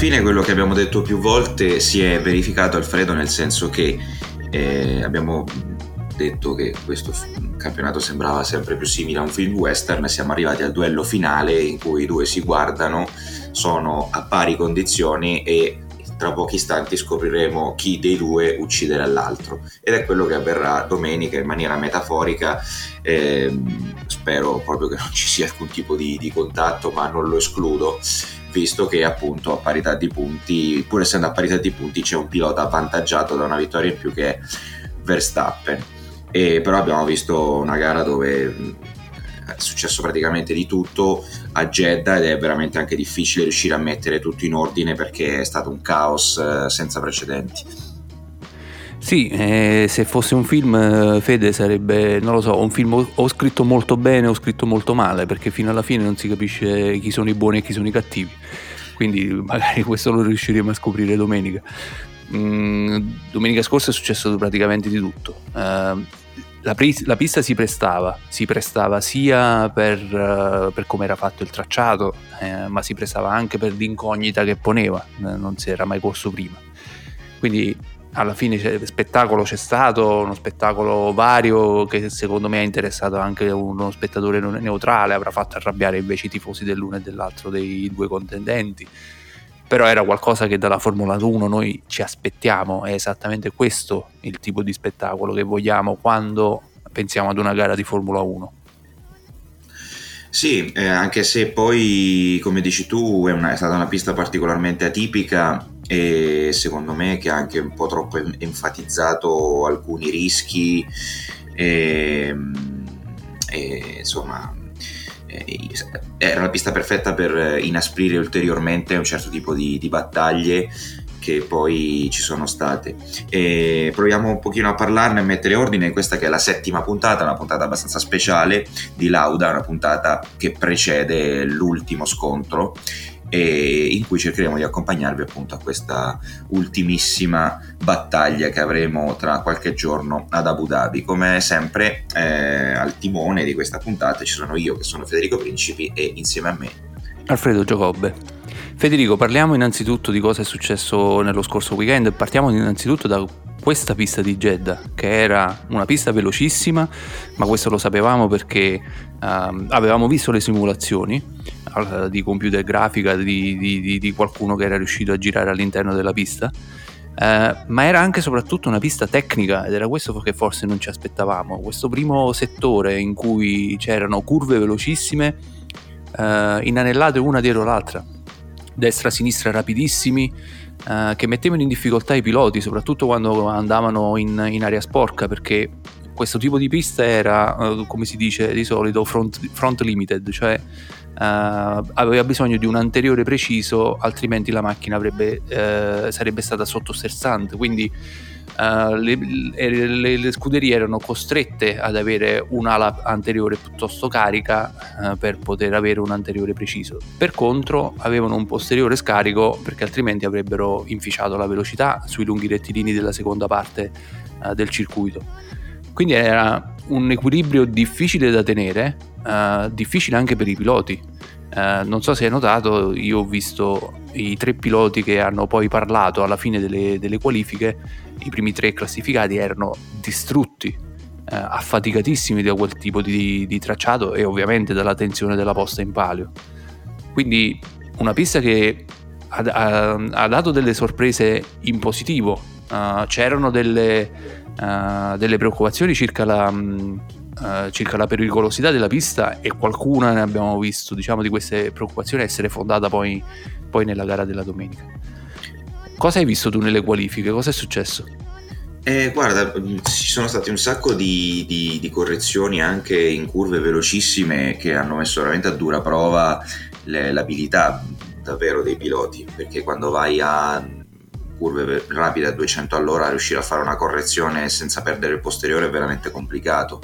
fine quello che abbiamo detto più volte si è verificato, Alfredo, nel senso che abbiamo detto che questo campionato sembrava sempre più simile a un film western. Siamo arrivati al duello finale in cui i due si guardano, sono a pari condizioni e tra pochi istanti scopriremo chi dei due ucciderà l'altro, ed è quello che avverrà domenica in maniera metaforica. Spero proprio che non ci sia alcun tipo di contatto, ma non lo escludo, visto che appunto a parità di punti, pur essendo a parità di punti, c'è un pilota avvantaggiato da una vittoria in più che è Verstappen. Però abbiamo visto una gara dove è successo praticamente di tutto a Jeddah, ed è veramente anche difficile riuscire a mettere tutto in ordine perché è stato un caos senza precedenti. Sì, se fosse un film, Fede, sarebbe, non lo so, un film o scritto molto bene o scritto molto male, perché fino alla fine non si capisce chi sono i buoni e chi sono i cattivi, quindi magari questo lo riusciremo a scoprire domenica. Domenica scorsa è successo praticamente di tutto. La pista si prestava sia per come era fatto il tracciato, ma si prestava anche per l'incognita che poneva, non si era mai corso prima. Quindi alla fine spettacolo c'è stato, uno spettacolo vario che secondo me ha interessato anche uno spettatore neutrale, avrà fatto arrabbiare invece i tifosi dell'uno e dell'altro dei due contendenti. Però era qualcosa che dalla Formula 1 noi ci aspettiamo, è esattamente questo il tipo di spettacolo che vogliamo quando pensiamo ad una gara di Formula 1. Sì, anche se poi, come dici tu, è stata una pista particolarmente atipica, e secondo me che ha anche un po' troppo enfatizzato alcuni rischi insomma era la pista perfetta per inasprire ulteriormente un certo tipo di battaglie che poi ci sono state. E proviamo un pochino a parlarne e mettere ordine in questa che è la 7ª puntata, una puntata abbastanza speciale di Lauda, una puntata che precede l'ultimo scontro e in cui cercheremo di accompagnarvi appunto a questa ultimissima battaglia che avremo tra qualche giorno ad Abu Dhabi. Come sempre al timone di questa puntata ci sono io, che sono Federico Principi, e insieme a me Alfredo Giacobbe. Federico, parliamo innanzitutto di cosa è successo nello scorso weekend. Partiamo innanzitutto da questa pista di Jeddah, che era una pista velocissima, ma questo lo sapevamo perché avevamo visto le simulazioni di computer grafica di qualcuno che era riuscito a girare all'interno della pista, ma era anche e soprattutto una pista tecnica, ed era questo che forse non ci aspettavamo. Questo primo settore in cui c'erano curve velocissime inanellate una dietro l'altra, destra-sinistra rapidissimi, che mettevano in difficoltà i piloti, soprattutto quando andavano in area sporca, perché questo tipo di pista era, come si dice di solito, front limited, cioè aveva bisogno di un anteriore preciso, altrimenti la macchina sarebbe stata sottosterzante. Quindi le scuderie erano costrette ad avere un'ala anteriore piuttosto carica per poter avere un anteriore preciso. Per contro avevano un posteriore scarico, perché altrimenti avrebbero inficiato la velocità sui lunghi rettilini della seconda parte del circuito. Quindi era un equilibrio difficile da tenere, difficile anche per i piloti. Non so se hai notato, io ho visto i 3 piloti che hanno poi parlato alla fine delle qualifiche. I primi 3 classificati erano distrutti, affaticatissimi da quel tipo di tracciato e ovviamente dalla tensione della posta in palio. Quindi una pista che ha dato delle sorprese in positivo. C'erano delle preoccupazioni circa la pericolosità della pista, e qualcuna ne abbiamo visto, diciamo, di queste preoccupazioni essere fondata poi nella gara della domenica. Cosa hai visto tu nelle qualifiche? Cosa è successo? Guarda, ci sono stati un sacco di correzioni anche in curve velocissime che hanno messo veramente a dura prova l'abilità davvero dei piloti, perché quando vai a curve rapide a 200 all'ora riuscire a fare una correzione senza perdere il posteriore è veramente complicato.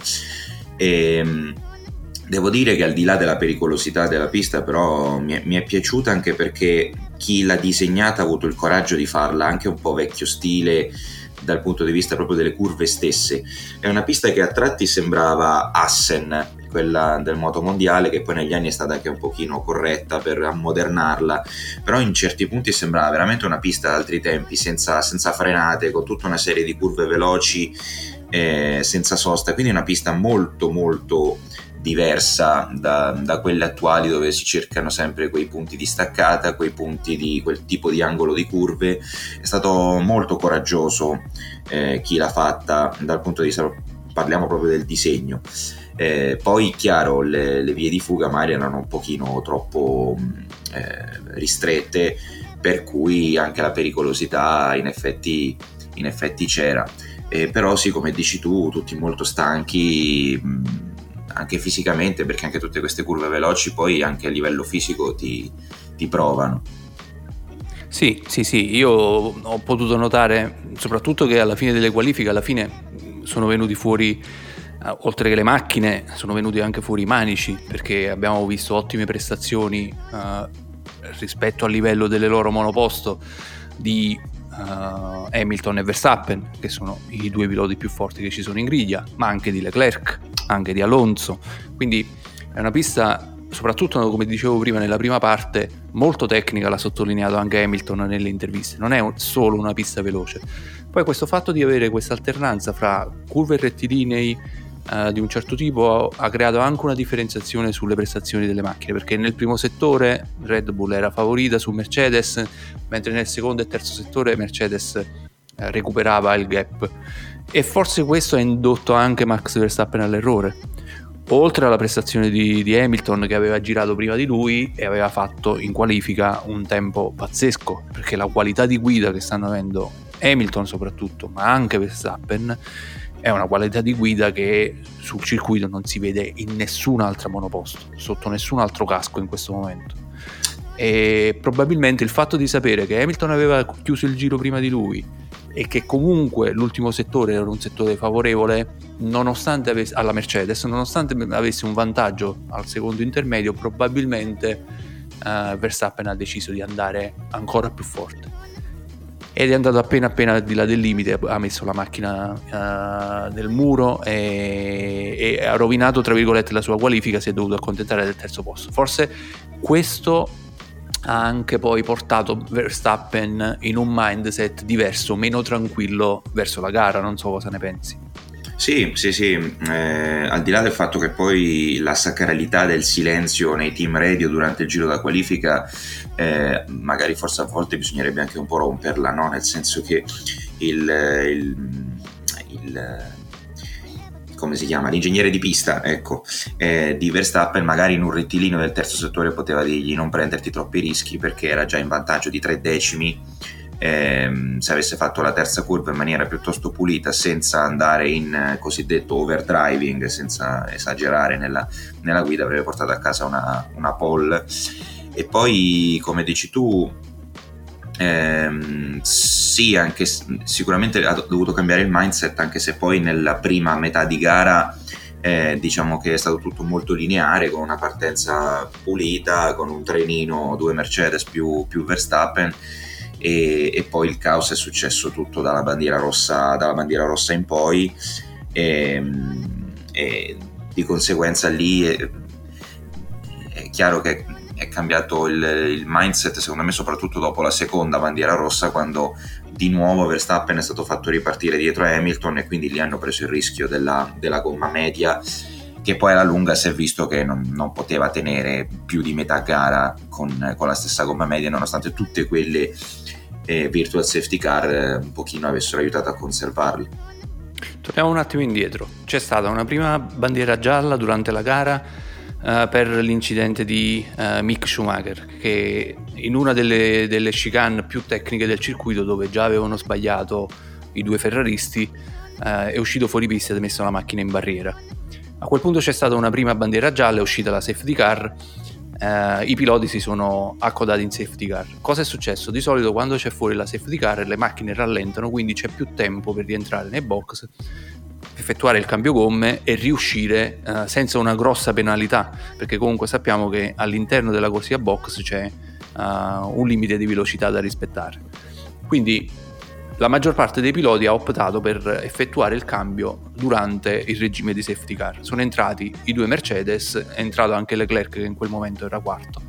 Devo dire che al di là della pericolosità della pista, però mi è piaciuta anche perché chi l'ha disegnata ha avuto il coraggio di farla anche un po' vecchio stile, dal punto di vista proprio delle curve stesse. È una pista che a tratti sembrava Assen, quella del motomondiale, che poi negli anni è stata anche un pochino corretta per ammodernarla, però in certi punti sembrava veramente una pista d'altri tempi, senza frenate, con tutta una serie di curve veloci, senza sosta, quindi una pista molto molto diversa da quelle attuali, dove si cercano sempre quei punti di staccata, quei punti di quel tipo di angolo di curve. È stato molto coraggioso chi l'ha fatta dal punto di vista, parliamo proprio del disegno. Poi chiaro, le vie di fuga magari erano un pochino troppo ristrette, per cui anche la pericolosità in effetti c'era, però sì, come dici tu, tutti molto stanchi, anche fisicamente, perché anche tutte queste curve veloci poi anche a livello fisico ti provano. Sì, io ho potuto notare soprattutto che alla fine delle qualifiche, sono venuti fuori, oltre che le macchine, sono venuti anche fuori i manici, perché abbiamo visto ottime prestazioni rispetto al livello delle loro monoposto di Hamilton e Verstappen, che sono i due piloti più forti che ci sono in griglia, ma anche di Leclerc, anche di Alonso. Quindi è una pista, soprattutto come dicevo prima nella prima parte, molto tecnica, l'ha sottolineato anche Hamilton nelle interviste, non è solo una pista veloce. Poi questo fatto di avere questa alternanza fra curve e rettilinei di un certo tipo ha creato anche una differenziazione sulle prestazioni delle macchine, perché nel primo settore Red Bull era favorita su Mercedes, mentre nel secondo e terzo settore Mercedes recuperava il gap, e forse questo ha indotto anche Max Verstappen all'errore, oltre alla prestazione di Hamilton, che aveva girato prima di lui e aveva fatto in qualifica un tempo pazzesco, perché la qualità di guida che stanno avendo Hamilton soprattutto, ma anche Verstappen, è una qualità di guida che sul circuito non si vede in nessun'altra monoposto, sotto nessun altro casco in questo momento. E probabilmente il fatto di sapere che Hamilton aveva chiuso il giro prima di lui e che comunque l'ultimo settore era un settore favorevole, nonostante alla Mercedes, nonostante avesse un vantaggio al secondo intermedio, probabilmente Verstappen ha deciso di andare ancora più forte, ed è andato appena al di là del limite, ha messo la macchina nel muro e ha rovinato, tra virgolette, la sua qualifica. Si è dovuto accontentare del terzo posto. Forse questo ha anche poi portato Verstappen in un mindset diverso, meno tranquillo verso la gara. Non so cosa ne pensi. Sì, al di là del fatto che poi la sacralità del silenzio nei team radio durante il giro da qualifica, magari forse a volte bisognerebbe anche un po' romperla, no? Nel senso che come si chiama? L'ingegnere di pista, ecco, di Verstappen, magari in un rettilineo del terzo settore poteva dirgli non prenderti troppi rischi, perché era già in vantaggio di 3 decimi. Se avesse fatto la terza curva in maniera piuttosto pulita, senza andare in cosiddetto overdriving, senza esagerare nella guida, avrebbe portato a casa una pole. E poi, come dici tu, sì, anche sicuramente ha dovuto cambiare il mindset, anche se poi nella prima metà di gara diciamo che è stato tutto molto lineare, con una partenza pulita, con un trenino, 2 Mercedes più Verstappen, e poi il caos è successo tutto dalla bandiera rossa in poi, e di conseguenza lì è chiaro che è cambiato il mindset, secondo me, soprattutto dopo la seconda bandiera rossa, quando di nuovo Verstappen è stato fatto ripartire dietro a Hamilton, e quindi lì hanno preso il rischio della gomma media, che poi alla lunga si è visto che non poteva tenere più di metà gara con la stessa gomma media, nonostante tutte quelle virtual safety car un pochino avessero aiutato a conservarli. Torniamo un attimo indietro. C'è stata una prima bandiera gialla durante la gara per l'incidente di Mick Schumacher, che in una delle chicane più tecniche del circuito, dove già avevano sbagliato i 2 ferraristi, è uscito fuori pista ed ha messo la macchina in barriera. A quel punto c'è stata una prima bandiera gialla, è uscita la safety car, i piloti si sono accodati in safety car. Cosa è successo? Di solito quando c'è fuori la safety car le macchine rallentano, quindi c'è più tempo per rientrare nei box, effettuare il cambio gomme e riuscire senza una grossa penalità, perché comunque sappiamo che all'interno della corsia box c'è un limite di velocità da rispettare. Quindi la maggior parte dei piloti ha optato per effettuare il cambio durante il regime di safety car. Sono entrati i 2 Mercedes, è entrato anche Leclerc che in quel momento era quarto.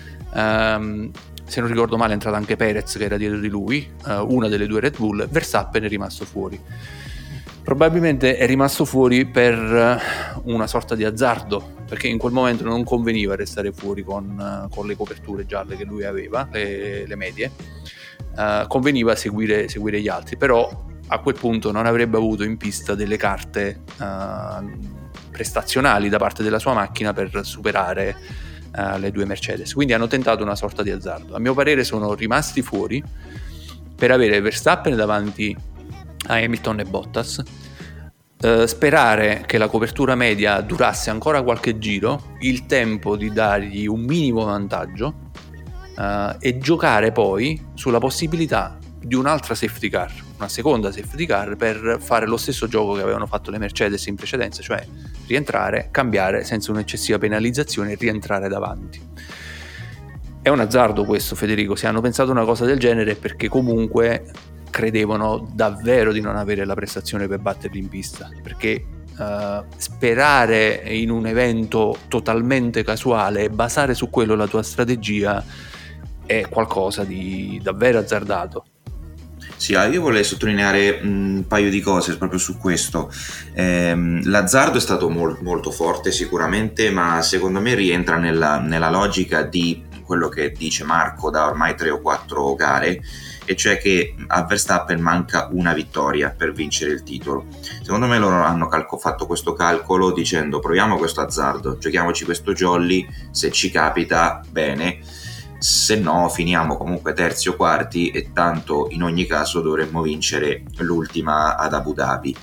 Se non ricordo male è entrato anche Perez che era dietro di lui, una delle 2 Red Bull. Verstappen è rimasto fuori. Probabilmente è rimasto fuori per una sorta di azzardo, perché in quel momento non conveniva restare fuori con le coperture gialle che lui aveva, le medie. Conveniva seguire gli altri, però a quel punto non avrebbe avuto in pista delle carte prestazionali da parte della sua macchina per superare le 2 Mercedes, quindi hanno tentato una sorta di azzardo. A mio parere sono rimasti fuori per avere Verstappen davanti a Hamilton e Bottas, sperare che la copertura media durasse ancora qualche giro, il tempo di dargli un minimo vantaggio, e giocare poi sulla possibilità di un'altra safety car, una seconda safety car, per fare lo stesso gioco che avevano fatto le Mercedes in precedenza, cioè rientrare, cambiare senza un'eccessiva penalizzazione e rientrare davanti. È un azzardo questo, Federico. Se hanno pensato una cosa del genere è perché comunque credevano davvero di non avere la prestazione per batterli in pista, perché sperare in un evento totalmente casuale e basare su quello la tua strategia è qualcosa di davvero azzardato. Sì, io vorrei sottolineare un paio di cose proprio su questo. L'azzardo è stato molto forte sicuramente, ma secondo me rientra nella logica di quello che dice Marco da ormai 3 o 4 gare, e cioè che a Verstappen manca una vittoria per vincere il titolo. Secondo me loro hanno fatto questo calcolo dicendo: proviamo questo azzardo, giochiamoci questo jolly, se ci capita bene, se no finiamo comunque terzi o quarti e tanto in ogni caso dovremmo vincere l'ultima ad Abu Dhabi.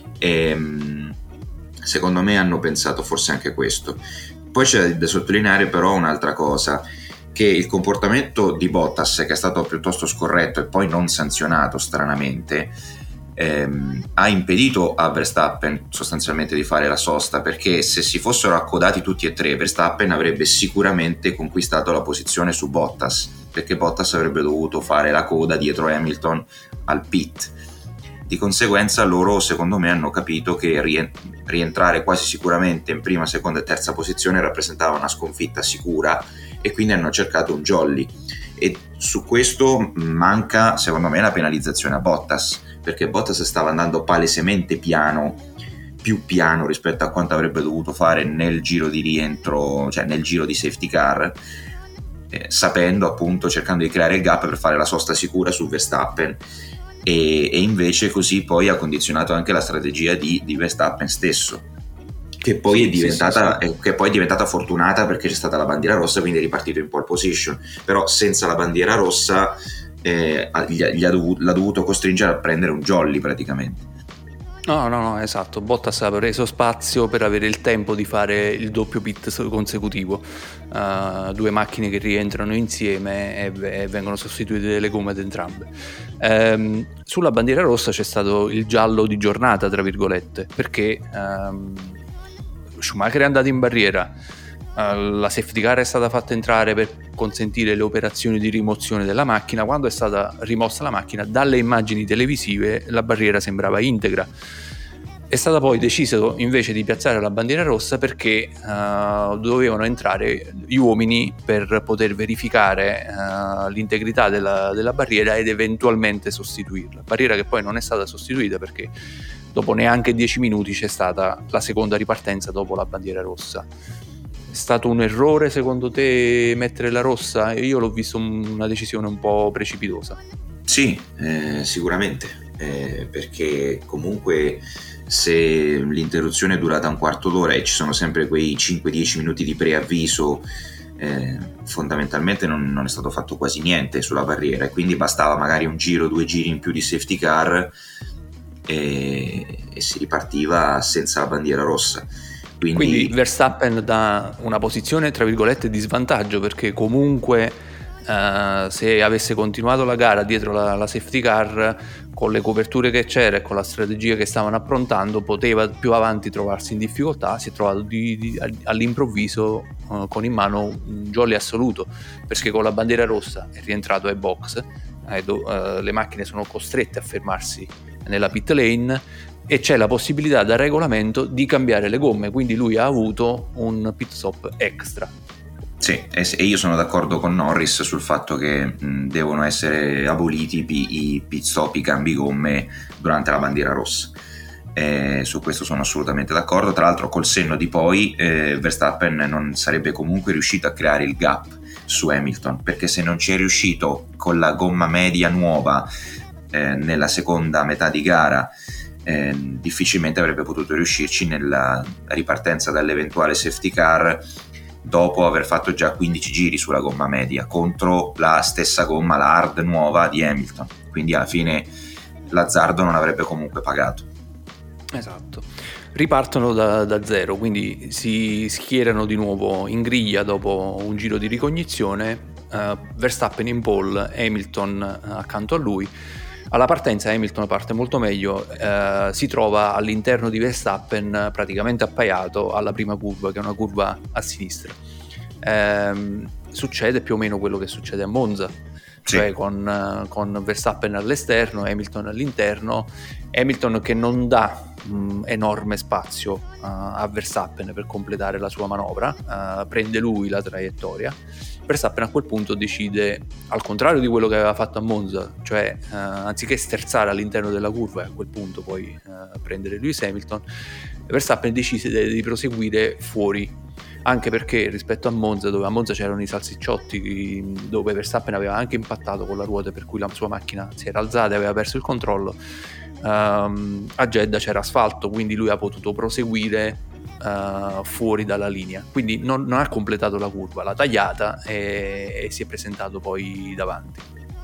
Secondo me hanno pensato forse anche questo. Poi c'è da sottolineare però un'altra cosa, che il comportamento di Bottas, che è stato piuttosto scorretto e poi non sanzionato stranamente, ha impedito a Verstappen sostanzialmente di fare la sosta, perché se si fossero accodati tutti e 3 Verstappen avrebbe sicuramente conquistato la posizione su Bottas, perché Bottas avrebbe dovuto fare la coda dietro Hamilton al pit. Di conseguenza loro secondo me hanno capito che rientrare quasi sicuramente in prima, seconda e terza posizione rappresentava una sconfitta sicura, e quindi hanno cercato un jolly, e su questo manca secondo me la penalizzazione a Bottas, perché Bottas stava andando palesemente più piano rispetto a quanto avrebbe dovuto fare nel giro di rientro, cioè nel giro di safety car, sapendo appunto, cercando di creare il gap per fare la sosta sicura su Verstappen, e invece così poi ha condizionato anche la strategia di Verstappen stesso, che poi è diventata fortunata perché c'è stata la bandiera rossa, quindi è ripartito in pole position, però senza la bandiera rossa l'ha dovuto costringere a prendere un jolly praticamente. No, esatto. Bottas ha preso spazio per avere il tempo di fare il doppio pit consecutivo, 2 macchine che rientrano insieme e vengono sostituite delle gomme ad entrambe. Sulla bandiera rossa c'è stato il giallo di giornata, tra virgolette, perché Schumacher è andato in barriera, la safety car è stata fatta entrare per consentire le operazioni di rimozione della macchina. Quando è stata rimossa la macchina, dalle immagini televisive la barriera sembrava integra. È stata poi deciso invece di piazzare la bandiera rossa perché dovevano entrare gli uomini per poter verificare l'integrità della barriera ed eventualmente sostituirla. Barriera che poi non è stata sostituita perché dopo neanche 10 minuti c'è stata la seconda ripartenza dopo la bandiera rossa. È stato un errore secondo te mettere la rossa? Io l'ho visto una decisione un po' precipitosa. Sì, sicuramente, perché comunque se l'interruzione è durata un quarto d'ora e ci sono sempre quei 5-10 minuti di preavviso, fondamentalmente non è stato fatto quasi niente sulla barriera, e quindi bastava magari un giro, 2 giri in più di safety car e si ripartiva senza la bandiera rossa. Quindi Verstappen da una posizione tra virgolette di svantaggio, perché comunque se avesse continuato la gara dietro la safety car, con le coperture che c'era e con la strategia che stavano approntando, poteva più avanti trovarsi in difficoltà. Si è trovato all'improvviso con in mano un jolly assoluto, perché con la bandiera rossa è rientrato ai box, le macchine sono costrette a fermarsi nella pit lane e c'è la possibilità dal regolamento di cambiare le gomme, quindi lui ha avuto un pit stop extra. Sì, e io sono d'accordo con Norris sul fatto che devono essere aboliti i pit stop, i cambi gomme durante la bandiera rossa. Su questo sono assolutamente d'accordo. Tra l'altro col senno di poi Verstappen non sarebbe comunque riuscito a creare il gap su Hamilton, perché se non ci è riuscito con la gomma media nuova nella seconda metà di gara, difficilmente avrebbe potuto riuscirci nella ripartenza dall'eventuale safety car dopo aver fatto già 15 giri sulla gomma media contro la stessa gomma, la hard nuova di Hamilton, quindi alla fine l'azzardo non avrebbe comunque pagato. Esatto, ripartono da zero, quindi si schierano di nuovo in griglia dopo un giro di ricognizione, Verstappen in pole, Hamilton accanto a lui. Alla partenza Hamilton parte molto meglio, si trova all'interno di Verstappen praticamente appaiato alla prima curva, che è una curva a sinistra. Succede più o meno quello che succede a Monza, sì. Cioè con Verstappen all'esterno, Hamilton all'interno, Hamilton che non dà enorme spazio a Verstappen per completare la sua manovra, prende lui la traiettoria. Verstappen a quel punto decide, al contrario di quello che aveva fatto a Monza, cioè anziché sterzare all'interno della curva e a quel punto poi prendere Lewis Hamilton, Verstappen decide di proseguire fuori, anche perché rispetto a Monza, dove a Monza c'erano i salsicciotti, dove Verstappen aveva anche impattato con la ruota per cui la sua macchina si era alzata e aveva perso il controllo, a Jeddah c'era asfalto, quindi lui ha potuto proseguire fuori dalla linea, quindi non ha completato la curva, l'ha tagliata e si è presentato poi davanti.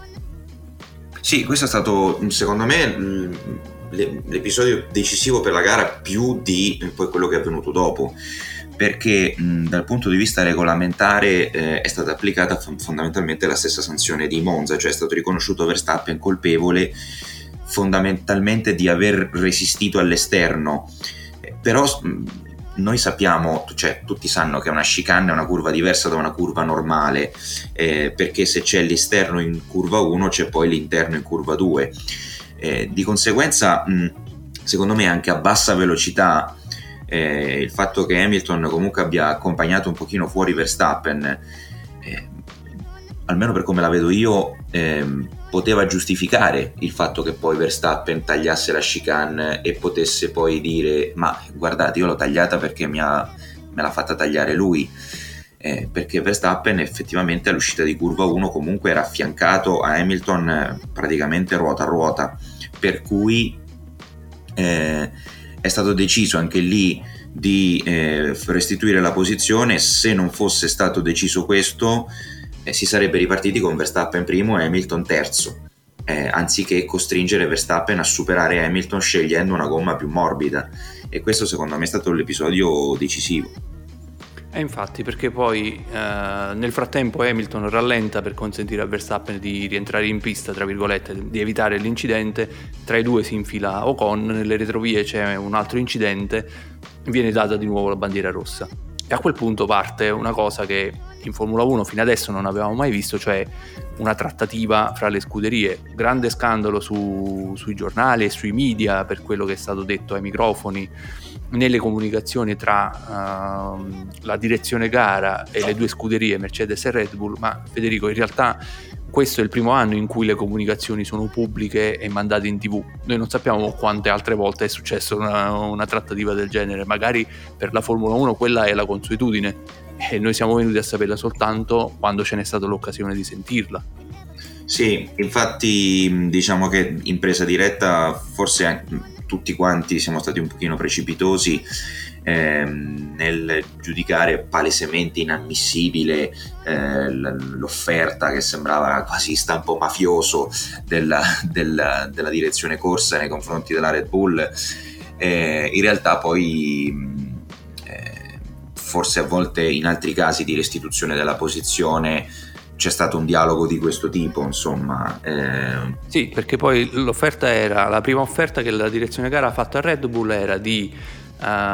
Sì, questo è stato secondo me l'episodio decisivo per la gara, più di poi quello che è avvenuto dopo, perché dal punto di vista regolamentare è stata applicata fondamentalmente la stessa sanzione di Monza, cioè è stato riconosciuto Verstappen colpevole fondamentalmente di aver resistito all'esterno, però noi sappiamo, cioè tutti sanno che una chicane è una curva diversa da una curva normale, perché se c'è l'esterno in curva 1 c'è poi l'interno in curva 2, di conseguenza secondo me anche a bassa velocità il fatto che Hamilton comunque abbia accompagnato un pochino fuori Verstappen, almeno per come la vedo io, poteva giustificare il fatto che poi Verstappen tagliasse la chicane e potesse poi dire: ma guardate, io l'ho tagliata perché me l'ha fatta tagliare lui, perché Verstappen effettivamente all'uscita di curva 1 comunque era affiancato a Hamilton praticamente ruota a ruota, per cui è stato deciso anche lì di restituire la posizione. Se non fosse stato deciso questo, si sarebbe ripartiti con Verstappen primo e Hamilton terzo, anziché costringere Verstappen a superare Hamilton scegliendo una gomma più morbida, e questo secondo me è stato l'episodio decisivo. Infatti, perché poi nel frattempo Hamilton rallenta per consentire a Verstappen di rientrare in pista, tra virgolette, di evitare l'incidente. Tra i due si infila Ocon, nelle retrovie c'è un altro incidente, viene data di nuovo la bandiera rossa. E a quel punto parte una cosa che in Formula 1 fino adesso non avevamo mai visto, cioè una trattativa fra le scuderie. Grande scandalo sui giornali e sui media per quello che è stato detto ai microfoni, nelle comunicazioni tra la direzione gara e le due scuderie Mercedes e Red Bull. Ma Federico, in realtà questo è il primo anno in cui le comunicazioni sono pubbliche e mandate in TV. Noi non sappiamo quante altre volte è successo una trattativa del genere. Magari per la Formula 1 quella è la consuetudine e noi siamo venuti a saperla soltanto quando ce n'è stata l'occasione di sentirla. Sì, infatti diciamo che in presa diretta forse tutti quanti siamo stati un pochino precipitosi nel giudicare palesemente inammissibile l'offerta che sembrava quasi stampo mafioso della direzione corsa nei confronti della Red Bull. In realtà poi forse a volte in altri casi di restituzione della posizione c'è stato un dialogo di questo tipo, insomma. Sì, perché poi l'offerta era, la prima offerta che la direzione gara ha fatto a Red Bull era di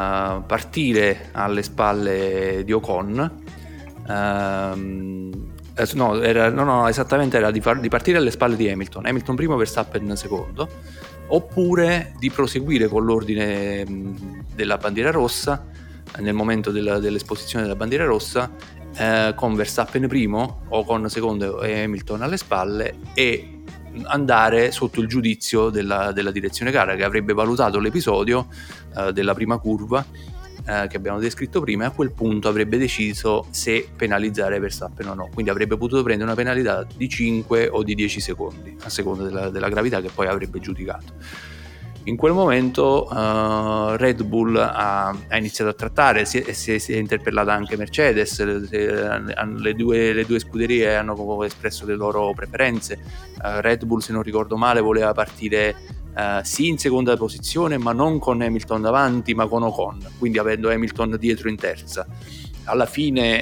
partire alle spalle di Ocon, esattamente era di partire alle spalle di Hamilton primo, Verstappen secondo, oppure di proseguire con l'ordine della bandiera rossa nel momento dell'esposizione della bandiera rossa, con Verstappen primo o con secondo e Hamilton alle spalle, e andare sotto il giudizio della direzione gara, che avrebbe valutato l'episodio della prima curva che abbiamo descritto prima, e a quel punto avrebbe deciso se penalizzare Verstappen o no. Quindi avrebbe potuto prendere una penalità di 5 o di 10 secondi a seconda della gravità, che poi avrebbe giudicato. In quel momento Red Bull ha iniziato a trattare, si è interpellata anche Mercedes, le due scuderie hanno espresso le loro preferenze. Red Bull, se non ricordo male, voleva partire sì in seconda posizione, ma non con Hamilton davanti, ma con Ocon, quindi avendo Hamilton dietro in terza. Alla fine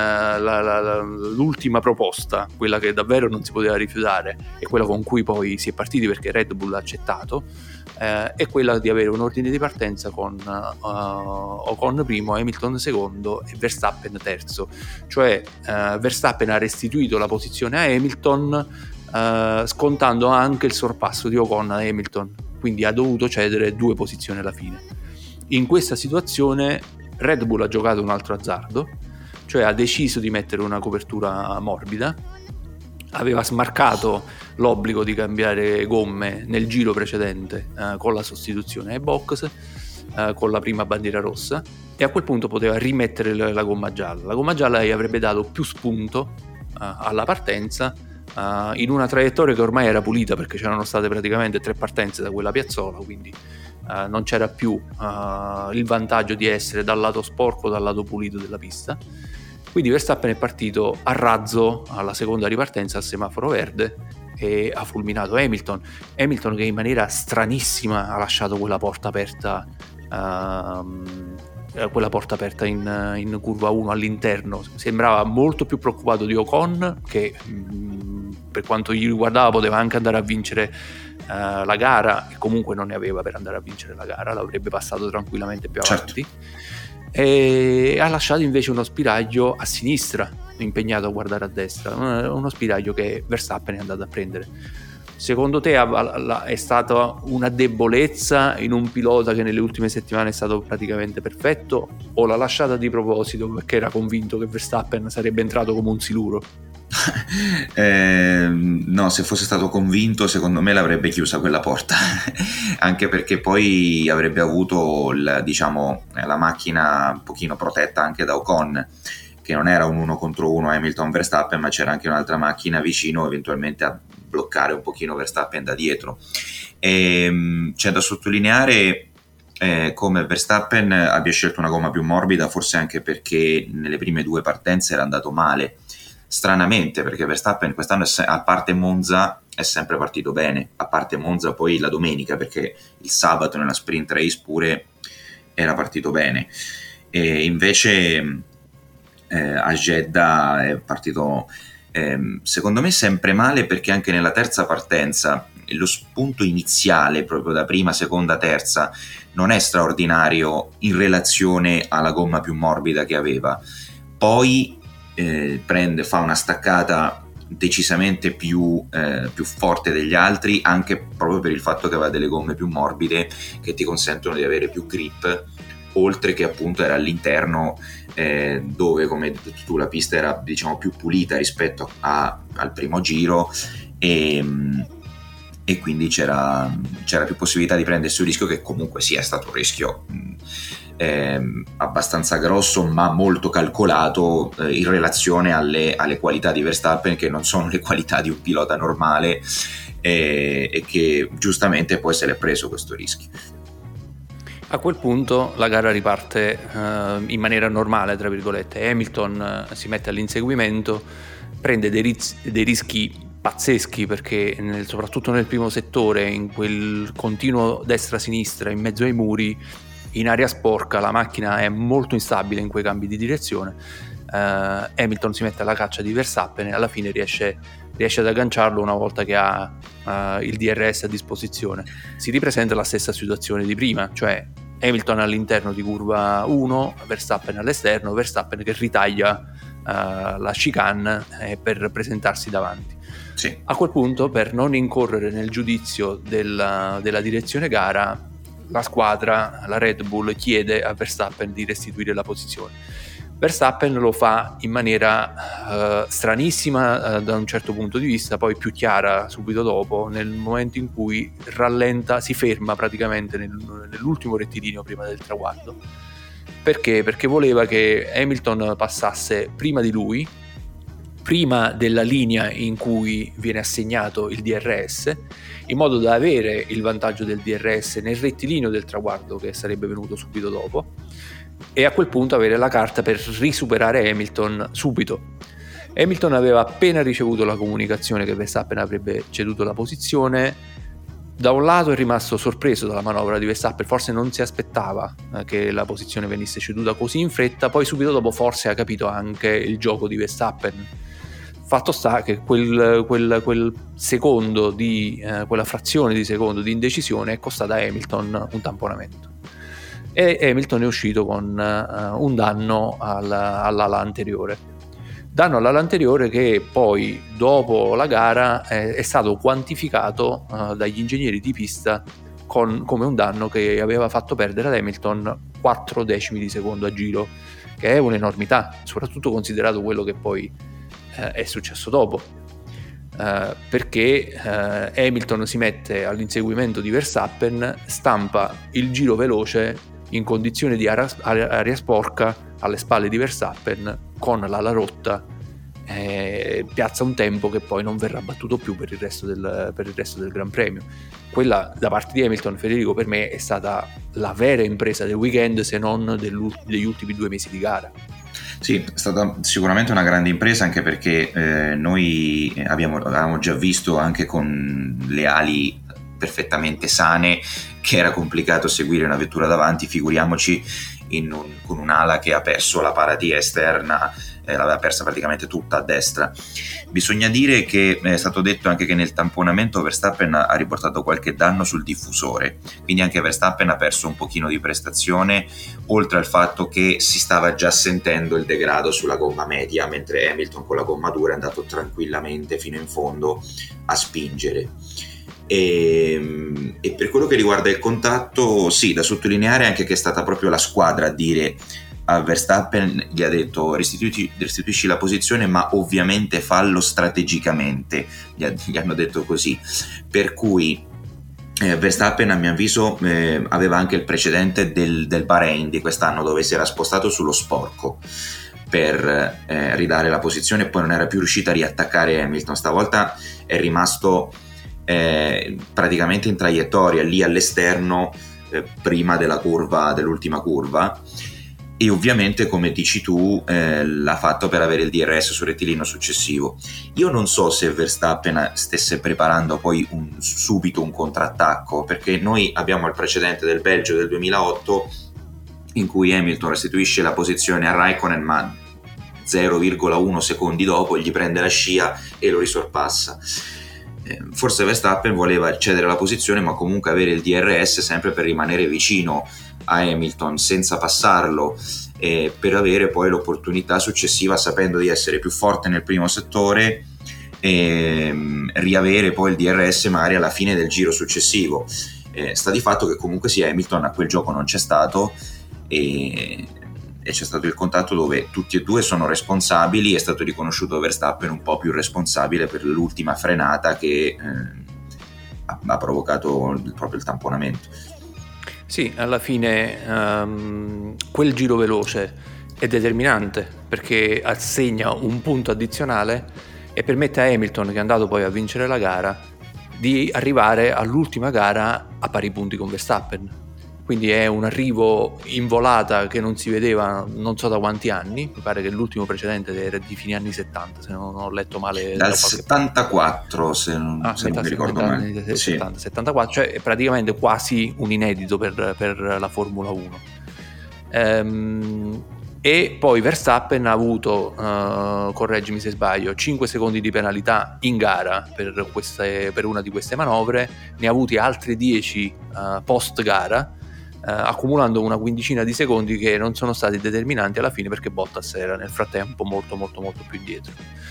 l'ultima proposta, quella che davvero non si poteva rifiutare e quella con cui poi si è partiti perché Red Bull ha accettato, è quella di avere un ordine di partenza con Ocon primo, Hamilton secondo e Verstappen terzo. Cioè Verstappen ha restituito la posizione a Hamilton, scontando anche il sorpasso di Ocon a Hamilton, quindi ha dovuto cedere 2 posizioni alla fine. In questa situazione Red Bull ha giocato un altro azzardo, cioè ha deciso di mettere una copertura morbida, aveva smarcato l'obbligo di cambiare gomme nel giro precedente con la sostituzione ai box, con la prima bandiera rossa, e a quel punto poteva rimettere la gomma gialla. La gomma gialla gli avrebbe dato più spunto alla partenza, in una traiettoria che ormai era pulita, perché c'erano state praticamente 3 partenze da quella piazzola, quindi non c'era più il vantaggio di essere dal lato sporco o dal lato pulito della pista. Quindi Verstappen è partito a razzo alla seconda ripartenza al semaforo verde e ha fulminato Hamilton che in maniera stranissima ha lasciato quella porta aperta in curva 1 all'interno. Sembrava molto più preoccupato di Ocon, che per quanto gli riguardava poteva anche andare a vincere la gara, e comunque non ne aveva per andare a vincere la gara, l'avrebbe passato tranquillamente più avanti. Certo. E ha lasciato invece uno spiraglio a sinistra, impegnato a guardare a destra, uno spiraglio che Verstappen è andato a prendere. Secondo te è stata una debolezza in un pilota che nelle ultime settimane è stato praticamente perfetto, o l'ha lasciata di proposito perché era convinto che Verstappen sarebbe entrato come un siluro? No, se fosse stato convinto, secondo me l'avrebbe chiusa quella porta anche perché poi avrebbe avuto la macchina un pochino protetta anche da Ocon, che non era un 1 contro 1 Hamilton-Verstappen, ma c'era anche un'altra macchina vicino, eventualmente a bloccare un pochino Verstappen da dietro. C'è da sottolineare come Verstappen abbia scelto una gomma più morbida, forse anche perché nelle prime 2 partenze era andato male, stranamente, perché Verstappen quest'anno a parte Monza è sempre partito bene, a parte Monza poi la domenica, perché il sabato nella sprint race pure era partito bene, e invece a Jeddah è partito secondo me sempre male, perché anche nella terza partenza lo spunto iniziale proprio da prima, seconda, terza non è straordinario in relazione alla gomma più morbida che aveva. Poi fa una staccata decisamente più forte degli altri, anche proprio per il fatto che aveva delle gomme più morbide che ti consentono di avere più grip, oltre che appunto era all'interno dove, come hai detto tu, la pista era più pulita rispetto al primo giro, e quindi c'era più possibilità di prendersi un rischio, che comunque sia stato un rischio abbastanza grosso ma molto calcolato in relazione alle qualità di Verstappen, che non sono le qualità di un pilota normale, e che giustamente poi se l'è preso questo rischio. A quel punto la gara riparte in maniera normale, tra virgolette. Hamilton si mette all'inseguimento, prende dei rischi pazzeschi, perché soprattutto nel primo settore, in quel continuo destra-sinistra in mezzo ai muri, in aria sporca, la macchina è molto instabile in quei cambi di direzione. Hamilton si mette alla caccia di Verstappen e alla fine riesce ad agganciarlo una volta che ha il DRS a disposizione. Si ripresenta la stessa situazione di prima, cioè Hamilton all'interno di curva 1, Verstappen all'esterno, Verstappen che ritaglia la chicane per presentarsi davanti. Sì. A quel punto, per non incorrere nel giudizio della direzione gara, la squadra, la Red Bull, chiede a Verstappen di restituire la posizione. Verstappen lo fa in maniera stranissima da un certo punto di vista, poi più chiara subito dopo, nel momento in cui rallenta, si ferma praticamente nell'ultimo rettilineo prima del traguardo. Perché? Perché voleva che Hamilton passasse prima di lui, prima della linea in cui viene assegnato il DRS, in modo da avere il vantaggio del DRS nel rettilineo del traguardo che sarebbe venuto subito dopo, e a quel punto avere la carta per risuperare Hamilton subito. Hamilton aveva appena ricevuto la comunicazione che Verstappen avrebbe ceduto la posizione. Da un lato è rimasto sorpreso dalla manovra di Verstappen, forse non si aspettava che la posizione venisse ceduta così in fretta, poi subito dopo forse ha capito anche il gioco di Verstappen. Fatto sta che quel secondo quella frazione di secondo di indecisione è costata a Hamilton un tamponamento, e Hamilton è uscito con un danno all'ala anteriore. Danno all'ala anteriore che poi dopo la gara è stato quantificato dagli ingegneri di pista come un danno che aveva fatto perdere ad Hamilton 4 decimi di secondo a giro, che è un'enormità, soprattutto considerato quello che poi è successo dopo, perché Hamilton si mette all'inseguimento di Verstappen, stampa il giro veloce in condizione di aria sporca alle spalle di Verstappen con l'ala rotta, piazza un tempo che poi non verrà battuto più per il resto del Gran Premio. Quella da parte di Hamilton, Federico, per me è stata la vera impresa del weekend, se non degli ultimi 2 mesi di gara. Sì, è stata sicuramente una grande impresa, anche perché noi avevamo già visto anche con le ali perfettamente sane che era complicato seguire una vettura davanti, figuriamoci con un'ala che ha perso la parati esterna, l'aveva persa praticamente tutta a destra. Bisogna dire che è stato detto anche che nel tamponamento Verstappen ha riportato qualche danno sul diffusore, quindi anche Verstappen ha perso un pochino di prestazione, oltre al fatto che si stava già sentendo il degrado sulla gomma media, mentre Hamilton con la gomma dura è andato tranquillamente fino in fondo a spingere. E per quello che riguarda il contatto, sì, da sottolineare anche che è stata proprio la squadra a dire a Verstappen, gli ha detto restituisci la posizione, ma ovviamente fallo strategicamente, gli hanno detto così, per cui Verstappen, a mio avviso, aveva anche il precedente del Bahrain di quest'anno, dove si era spostato sullo sporco per ridare la posizione e poi non era più riuscito a riattaccare Hamilton. Stavolta è rimasto praticamente in traiettoria lì all'esterno, prima dell'ultima curva, e ovviamente, come dici tu, l'ha fatto per avere il DRS sul rettilineo successivo. Io non so se Verstappen stesse preparando poi subito un contrattacco, perché noi abbiamo il precedente del Belgio del 2008 in cui Hamilton restituisce la posizione a Raikkonen, ma 0,1 secondi dopo gli prende la scia e lo risorpassa. Forse Verstappen voleva cedere la posizione, ma comunque avere il DRS sempre per rimanere vicino a Hamilton senza passarlo, per avere poi l'opportunità successiva, sapendo di essere più forte nel primo settore, riavere poi il DRS magari alla fine del giro successivo. Sta di fatto che comunque sia Hamilton a quel gioco non c'è stato, e c'è stato il contatto dove tutti e due sono responsabili. È stato riconosciuto Verstappen un po' più responsabile per l'ultima frenata che ha provocato proprio il tamponamento. Sì, alla fine quel giro veloce è determinante, perché assegna un punto addizionale e permette a Hamilton, che è andato poi a vincere la gara, di arrivare all'ultima gara a pari punti con Verstappen. Quindi è un arrivo in volata che non si vedeva non so da quanti anni. Mi pare che l'ultimo precedente era di fine anni 70, se non ho letto male. Dal 74, se non mi ricordo male. 70, 74, cioè è praticamente quasi un inedito per la Formula 1. E poi Verstappen ha avuto, correggimi se sbaglio, 5 secondi di penalità in gara per una di queste manovre, ne ha avuti altri 10 post gara. accumulando una quindicina di secondi che non sono stati determinanti alla fine, perché Bottas era nel frattempo molto più indietro.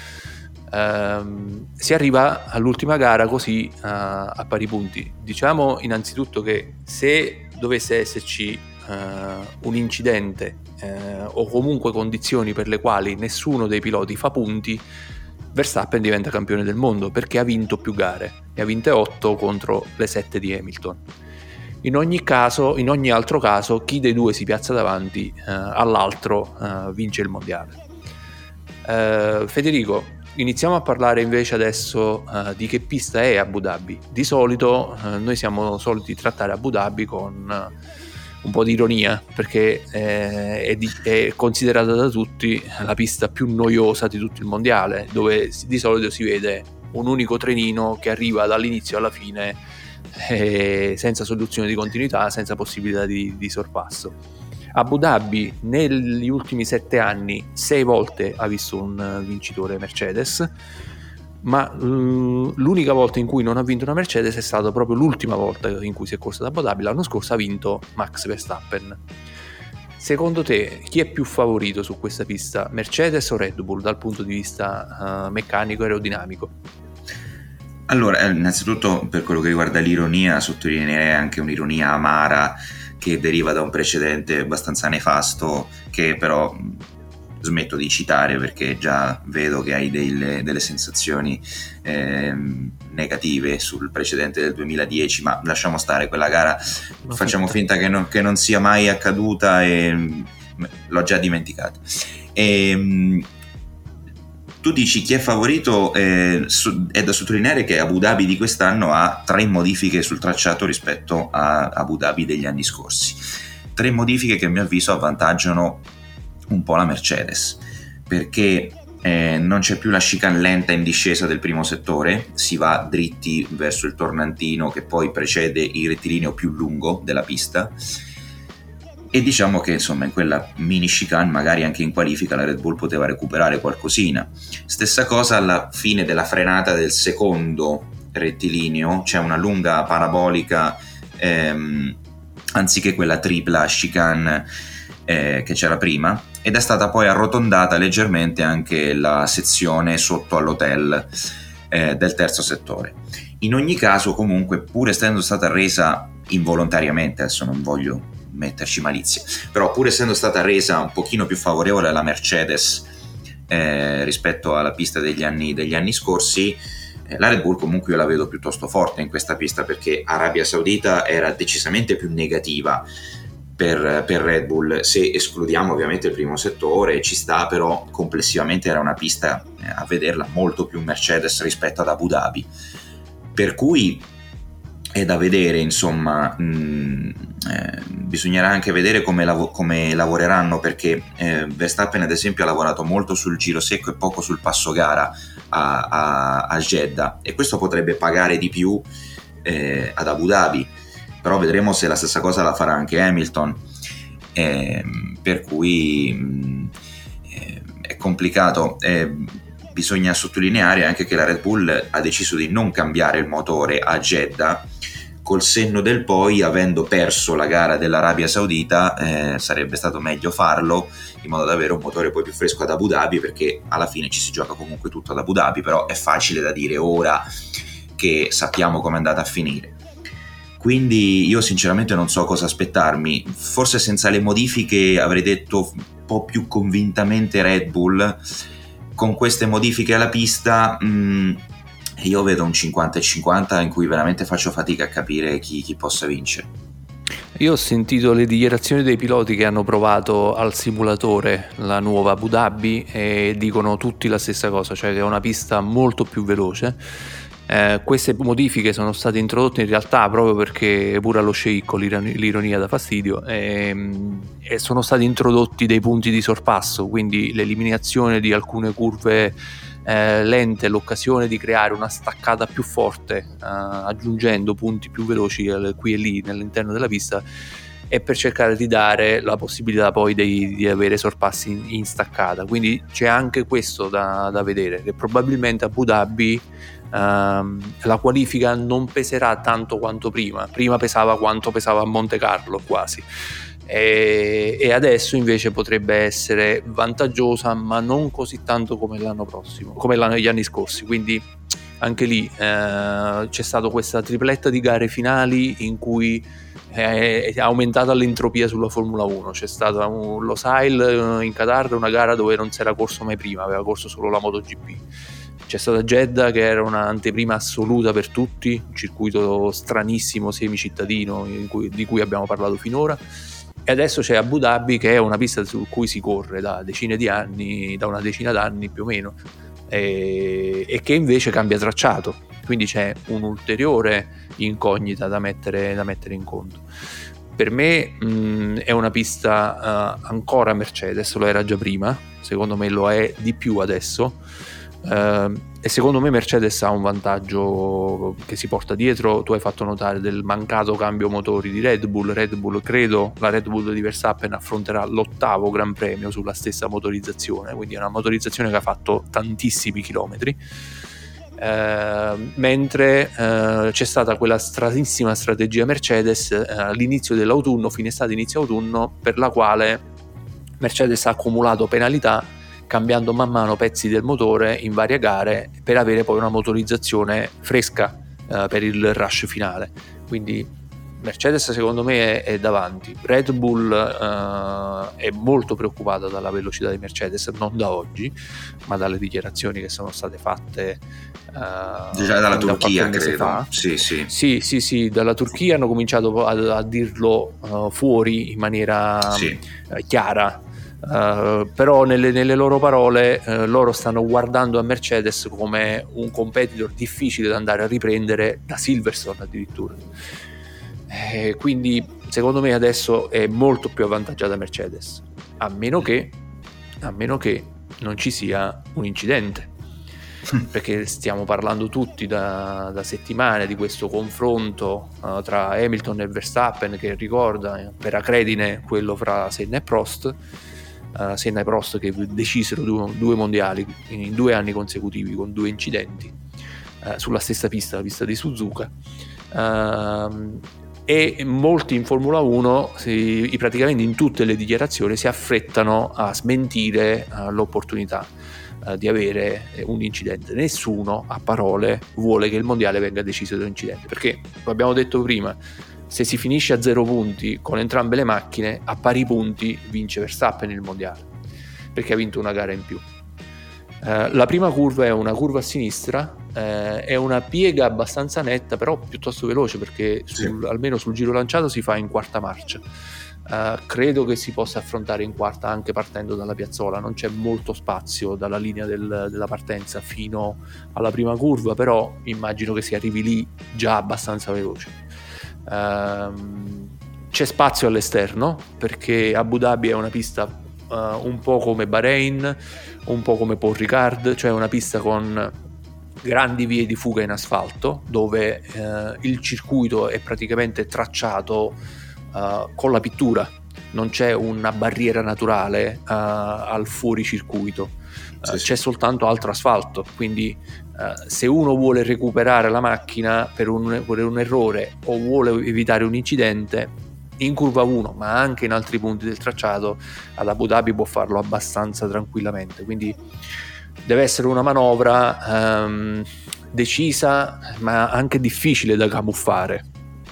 Si arriva all'ultima gara così a pari punti. Diciamo innanzitutto che se dovesse esserci un incidente o comunque condizioni per le quali nessuno dei piloti fa punti, Verstappen diventa campione del mondo, perché ha vinto più gare, ne ha vinte 8 contro le 7 di Hamilton. In ogni altro caso, chi dei due si piazza davanti all'altro vince il mondiale. Federico, iniziamo a parlare invece adesso di che pista è Abu Dhabi. Di solito noi siamo soliti trattare Abu Dhabi con un po' di ironia, perché è considerata da tutti la pista più noiosa di tutto il mondiale, dove di solito si vede un unico trenino che arriva dall'inizio alla fine senza soluzione di continuità, senza possibilità di sorpasso. Abu Dhabi negli ultimi 7 anni 6 volte ha visto un vincitore Mercedes, ma l'unica volta in cui non ha vinto una Mercedes è stata proprio l'ultima volta in cui si è corsa ad Abu Dhabi. L'anno scorso ha vinto Max Verstappen. Secondo te chi è più favorito su questa pista, Mercedes o Red Bull dal punto di vista meccanico e aerodinamico? Allora, innanzitutto per quello che riguarda l'ironia, sottolineerei anche un'ironia amara che deriva da un precedente abbastanza nefasto, che però smetto di citare perché già vedo che hai delle sensazioni negative sul precedente del 2010, ma lasciamo stare quella gara, facciamo finta che non sia mai accaduta e l'ho già dimenticata. Tu dici chi è favorito, è da sottolineare che Abu Dhabi di quest'anno ha 3 modifiche sul tracciato rispetto a Abu Dhabi degli anni scorsi. 3 modifiche che a mio avviso avvantaggiano un po' la Mercedes, perché non c'è più la chicane lenta in discesa del primo settore, si va dritti verso il tornantino che poi precede il rettilineo più lungo della pista, e diciamo che insomma in quella mini chicane magari anche in qualifica la Red Bull poteva recuperare qualcosina. Stessa cosa alla fine della frenata del secondo rettilineo, c'è una lunga parabolica anziché quella tripla chicane che c'era prima, ed è stata poi arrotondata leggermente anche la sezione sotto all'hotel del terzo settore. In ogni caso, comunque, pur essendo stata resa involontariamente, adesso non voglio metterci malizia, però pur essendo stata resa un pochino più favorevole alla Mercedes rispetto alla pista degli anni scorsi, la Red Bull comunque io la vedo piuttosto forte in questa pista, perché Arabia Saudita era decisamente più negativa per Red Bull, se escludiamo ovviamente il primo settore ci sta, però complessivamente era una pista a vederla molto più Mercedes rispetto ad Abu Dhabi, per cui è da vedere, insomma. Bisognerà anche vedere come lavoreranno, perché Verstappen ad esempio ha lavorato molto sul giro secco e poco sul passo gara a Jeddah, e questo potrebbe pagare di più ad Abu Dhabi, però vedremo se la stessa cosa la farà anche Hamilton, per cui è complicato. Bisogna sottolineare anche che la Red Bull ha deciso di non cambiare il motore a Jeddah. Col senno del poi, avendo perso la gara dell'Arabia Saudita, sarebbe stato meglio farlo in modo da avere un motore poi più fresco ad Abu Dhabi, perché alla fine ci si gioca comunque tutto ad Abu Dhabi, però è facile da dire ora che sappiamo come è andata a finire. Quindi io sinceramente non so cosa aspettarmi. Forse senza le modifiche avrei detto un po' più convintamente Red Bull. Con queste modifiche alla pista io vedo un 50-50 in cui veramente faccio fatica a capire chi possa vincere. Io ho sentito le dichiarazioni dei piloti che hanno provato al simulatore la nuova Abu Dhabi e dicono tutti la stessa cosa, cioè che è una pista molto più veloce. Queste modifiche sono state introdotte in realtà proprio perché pure allo sceicco l'ironia dà fastidio, e sono stati introdotti dei punti di sorpasso, quindi l'eliminazione di alcune curve lente, l'occasione di creare una staccata più forte aggiungendo punti più veloci qui e lì all'interno della pista, e per cercare di dare la possibilità poi di avere sorpassi in staccata. Quindi c'è anche questo da vedere, che probabilmente Abu Dhabi la qualifica non peserà tanto quanto prima pesava quanto pesava a Monte Carlo quasi, e adesso invece potrebbe essere vantaggiosa, ma non così tanto come l'anno prossimo, come gli anni scorsi. Quindi anche lì c'è stata questa tripletta di gare finali in cui è aumentata l'entropia sulla Formula 1. C'è stato Losail in Qatar, una gara dove non si era corso mai prima, aveva corso solo la MotoGP. C'è stata Jeddah, che era un'anteprima assoluta per tutti, un circuito stranissimo, semicittadino, di cui abbiamo parlato finora. E adesso c'è Abu Dhabi, che è una pista su cui si corre da una decina d'anni più o meno, e che invece cambia tracciato, quindi c'è un'ulteriore incognita da mettere in conto. Per me è una pista ancora Mercedes, lo era già prima, secondo me lo è di più adesso, e secondo me Mercedes ha un vantaggio che si porta dietro. Tu hai fatto notare del mancato cambio motori di Red Bull, credo la Red Bull di Verstappen affronterà l'8º Gran Premio sulla stessa motorizzazione, quindi è una motorizzazione che ha fatto tantissimi chilometri, mentre c'è stata quella stranissima strategia Mercedes all'inizio dell'autunno, fine estate inizio autunno, per la quale Mercedes ha accumulato penalità cambiando man mano pezzi del motore in varie gare per avere poi una motorizzazione fresca per il rush finale. Quindi Mercedes secondo me è davanti. Red Bull è molto preoccupata dalla velocità di Mercedes, non da oggi, ma dalle dichiarazioni che sono state fatte già dalla Turchia, credo. Fa. Sì, dalla Turchia hanno cominciato a dirlo fuori in maniera chiara. Però nelle loro parole loro stanno guardando a Mercedes come un competitor difficile da andare a riprendere da Silverstone addirittura, quindi secondo me adesso è molto più avvantaggiata Mercedes, a meno che non ci sia un incidente, perché stiamo parlando tutti da settimane di questo confronto tra Hamilton e Verstappen, che ricorda per acredine quello fra Senna e Prost, che decisero due mondiali in 2 anni consecutivi con 2 incidenti sulla stessa pista, la pista di Suzuka, e molti in Formula 1 praticamente in tutte le dichiarazioni si affrettano a smentire l'opportunità di avere un incidente. Nessuno a parole vuole che il mondiale venga deciso da un incidente, perché lo abbiamo detto prima, se si finisce a 0 punti con entrambe le macchine, a pari punti vince Verstappen il mondiale, perché ha vinto una gara in più. La prima curva è una curva a sinistra, è una piega abbastanza netta, però piuttosto veloce, perché almeno sul giro lanciato si fa in quarta marcia. Credo che si possa affrontare in quarta anche partendo dalla piazzola, non c'è molto spazio dalla linea della partenza fino alla prima curva, però immagino che si arrivi lì già abbastanza veloce. C'è spazio all'esterno, perché Abu Dhabi è una pista un po' come Bahrain, un po' come Paul Ricard, cioè una pista con grandi vie di fuga in asfalto, dove il circuito è praticamente tracciato con la pittura, non c'è una barriera naturale al fuoricircuito, c'è soltanto altro asfalto, quindi se uno vuole recuperare la macchina per un errore o vuole evitare un incidente in curva 1, ma anche in altri punti del tracciato, ad Abu Dhabi può farlo abbastanza tranquillamente. Quindi deve essere una manovra decisa, ma anche difficile da camuffare.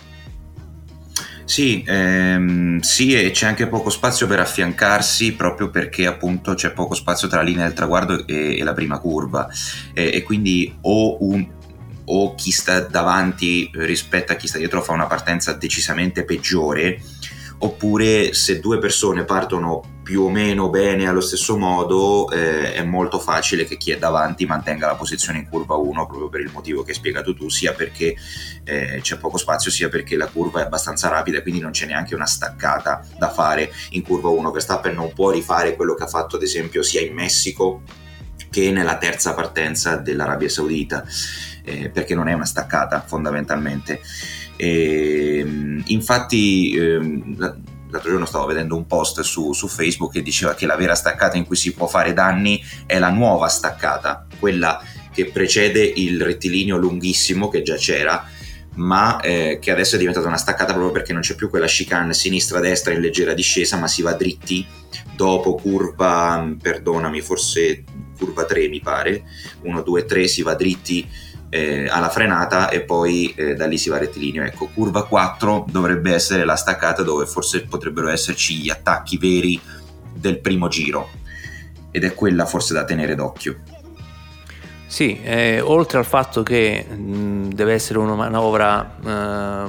Sì, e c'è anche poco spazio per affiancarsi, proprio perché appunto c'è poco spazio tra la linea del traguardo e la prima curva, e quindi o chi sta davanti rispetto a chi sta dietro fa una partenza decisamente peggiore, oppure se 2 persone partono più o meno bene allo stesso modo, è molto facile che chi è davanti mantenga la posizione in curva 1, proprio per il motivo che hai spiegato tu, sia perché c'è poco spazio, sia perché la curva è abbastanza rapida e quindi non c'è neanche una staccata da fare in curva 1. Verstappen non può rifare quello che ha fatto ad esempio sia in Messico che nella terza partenza dell'Arabia Saudita, perché non è una staccata fondamentalmente. Infatti l'altro giorno stavo vedendo un post su Facebook che diceva che la vera staccata in cui si può fare danni è la nuova staccata, quella che precede il rettilineo lunghissimo che già c'era, ma che adesso è diventata una staccata proprio perché non c'è più quella chicane sinistra-destra in leggera discesa, ma si va dritti dopo curva, perdonami, forse curva 3 mi pare, 1, 2, 3, si va dritti alla frenata e poi da lì si va rettilineo. Ecco, curva 4 dovrebbe essere la staccata dove forse potrebbero esserci gli attacchi veri del primo giro, ed è quella forse da tenere d'occhio. Sì, oltre al fatto che deve essere una manovra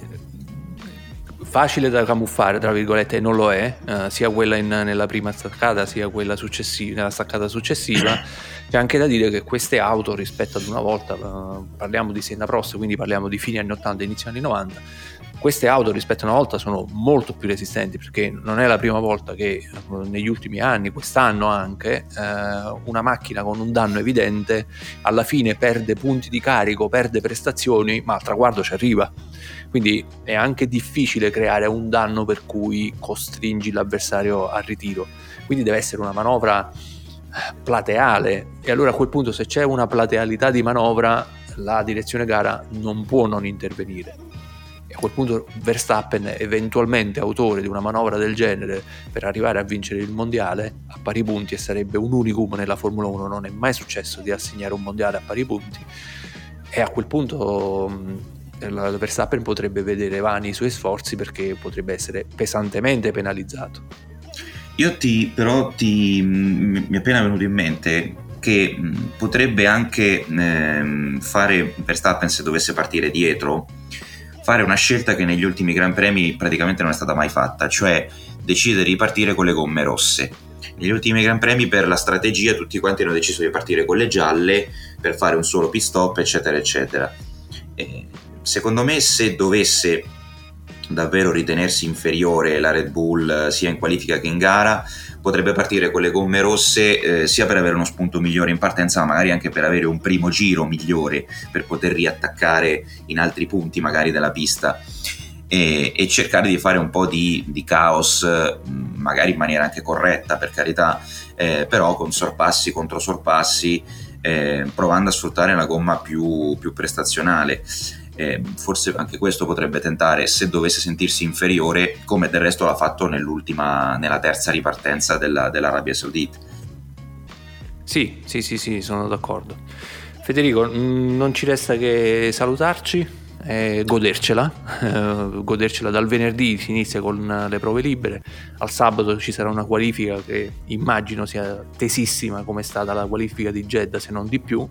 facile da camuffare, tra virgolette, e non lo è, sia quella nella prima staccata sia quella nella staccata successiva, c'è anche da dire che queste auto rispetto ad una volta, parliamo di Senna Prost, quindi parliamo di fine anni 80 inizio anni 90, queste auto rispetto a una volta sono molto più resistenti, perché non è la prima volta che negli ultimi anni, quest'anno anche, una macchina con un danno evidente alla fine perde punti di carico, perde prestazioni, ma al traguardo ci arriva. Quindi è anche difficile creare un danno per cui costringi l'avversario al ritiro, quindi deve essere una manovra plateale, e allora a quel punto, se c'è una platealità di manovra, la direzione gara non può non intervenire, e a quel punto Verstappen, eventualmente autore di una manovra del genere per arrivare a vincere il mondiale a pari punti, e sarebbe un unicum nella Formula 1, non è mai successo di assegnare un mondiale a pari punti, e a quel punto Verstappen potrebbe vedere vani i suoi sforzi, perché potrebbe essere pesantemente penalizzato. Mi è appena venuto in mente che potrebbe anche fare Verstappen, se dovesse partire dietro, fare una scelta che negli ultimi Gran Premi praticamente non è stata mai fatta, cioè decidere di partire con le gomme rosse. Negli ultimi Gran Premi, per la strategia, tutti quanti hanno deciso di partire con le gialle per fare un solo pit stop, eccetera eccetera. Secondo me, se dovesse davvero ritenersi inferiore la Red Bull sia in qualifica che in gara, potrebbe partire con le gomme rosse, sia per avere uno spunto migliore in partenza, ma magari anche per avere un primo giro migliore, per poter riattaccare in altri punti magari della pista, e cercare di fare un po' di caos, magari in maniera anche corretta, per carità, però con sorpassi contro sorpassi, provando a sfruttare la gomma più prestazionale. Forse anche questo potrebbe tentare, se dovesse sentirsi inferiore, come del resto l'ha fatto nella terza ripartenza dell'Arabia Saudita. Sì, sono d'accordo. Federico, non ci resta che salutarci e godercela dal venerdì si inizia con le prove libere, al sabato ci sarà una qualifica che immagino sia tesissima, come è stata la qualifica di Jeddah, se non di più,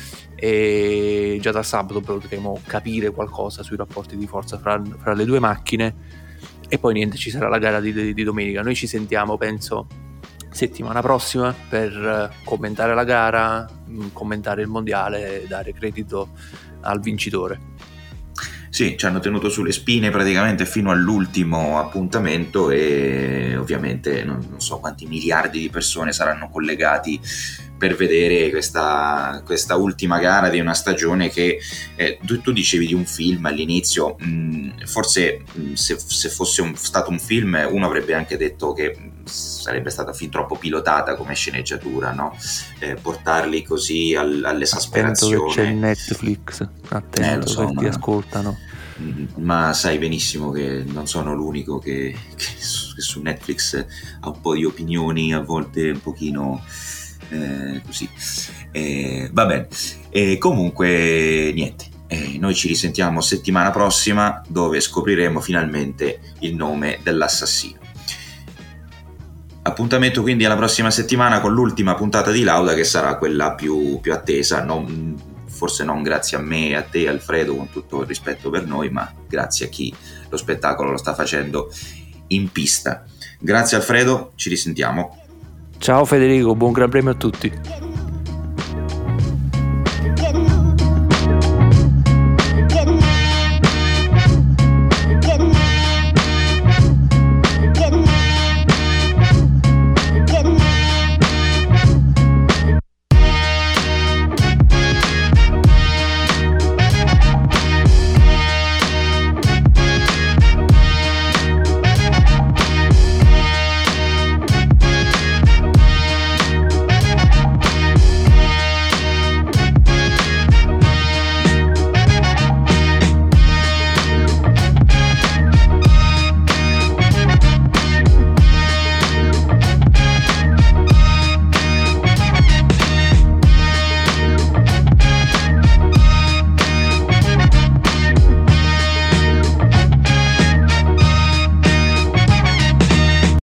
e già da sabato potremo capire qualcosa sui rapporti di forza fra le due macchine, e poi niente, ci sarà la gara di domenica. Noi ci sentiamo, penso, settimana prossima per commentare la gara, commentare il mondiale e dare credito al vincitore. Sì, ci hanno tenuto sulle spine praticamente fino all'ultimo appuntamento, e ovviamente non so quanti miliardi di persone saranno collegati per vedere questa ultima gara di una stagione che tu dicevi di un film all'inizio. Forse se fosse stato un film, uno avrebbe anche detto che sarebbe stata fin troppo pilotata come sceneggiatura, no? Portarli così all'esasperazione. Attento che c'è Netflix, attento, so, che ti ascoltano. Ma sai benissimo che non sono l'unico che su Netflix ha un po' di opinioni a volte un pochino così, va bene, comunque niente, noi ci risentiamo settimana prossima, dove scopriremo finalmente il nome dell'assassino. Appuntamento quindi alla prossima settimana con l'ultima puntata di Lauda, che sarà quella più attesa, forse non grazie a me e a te, Alfredo, con tutto il rispetto per noi, ma grazie a chi lo spettacolo lo sta facendo in pista. Grazie Alfredo, ci risentiamo. Ciao Federico, buon Gran Premio a tutti.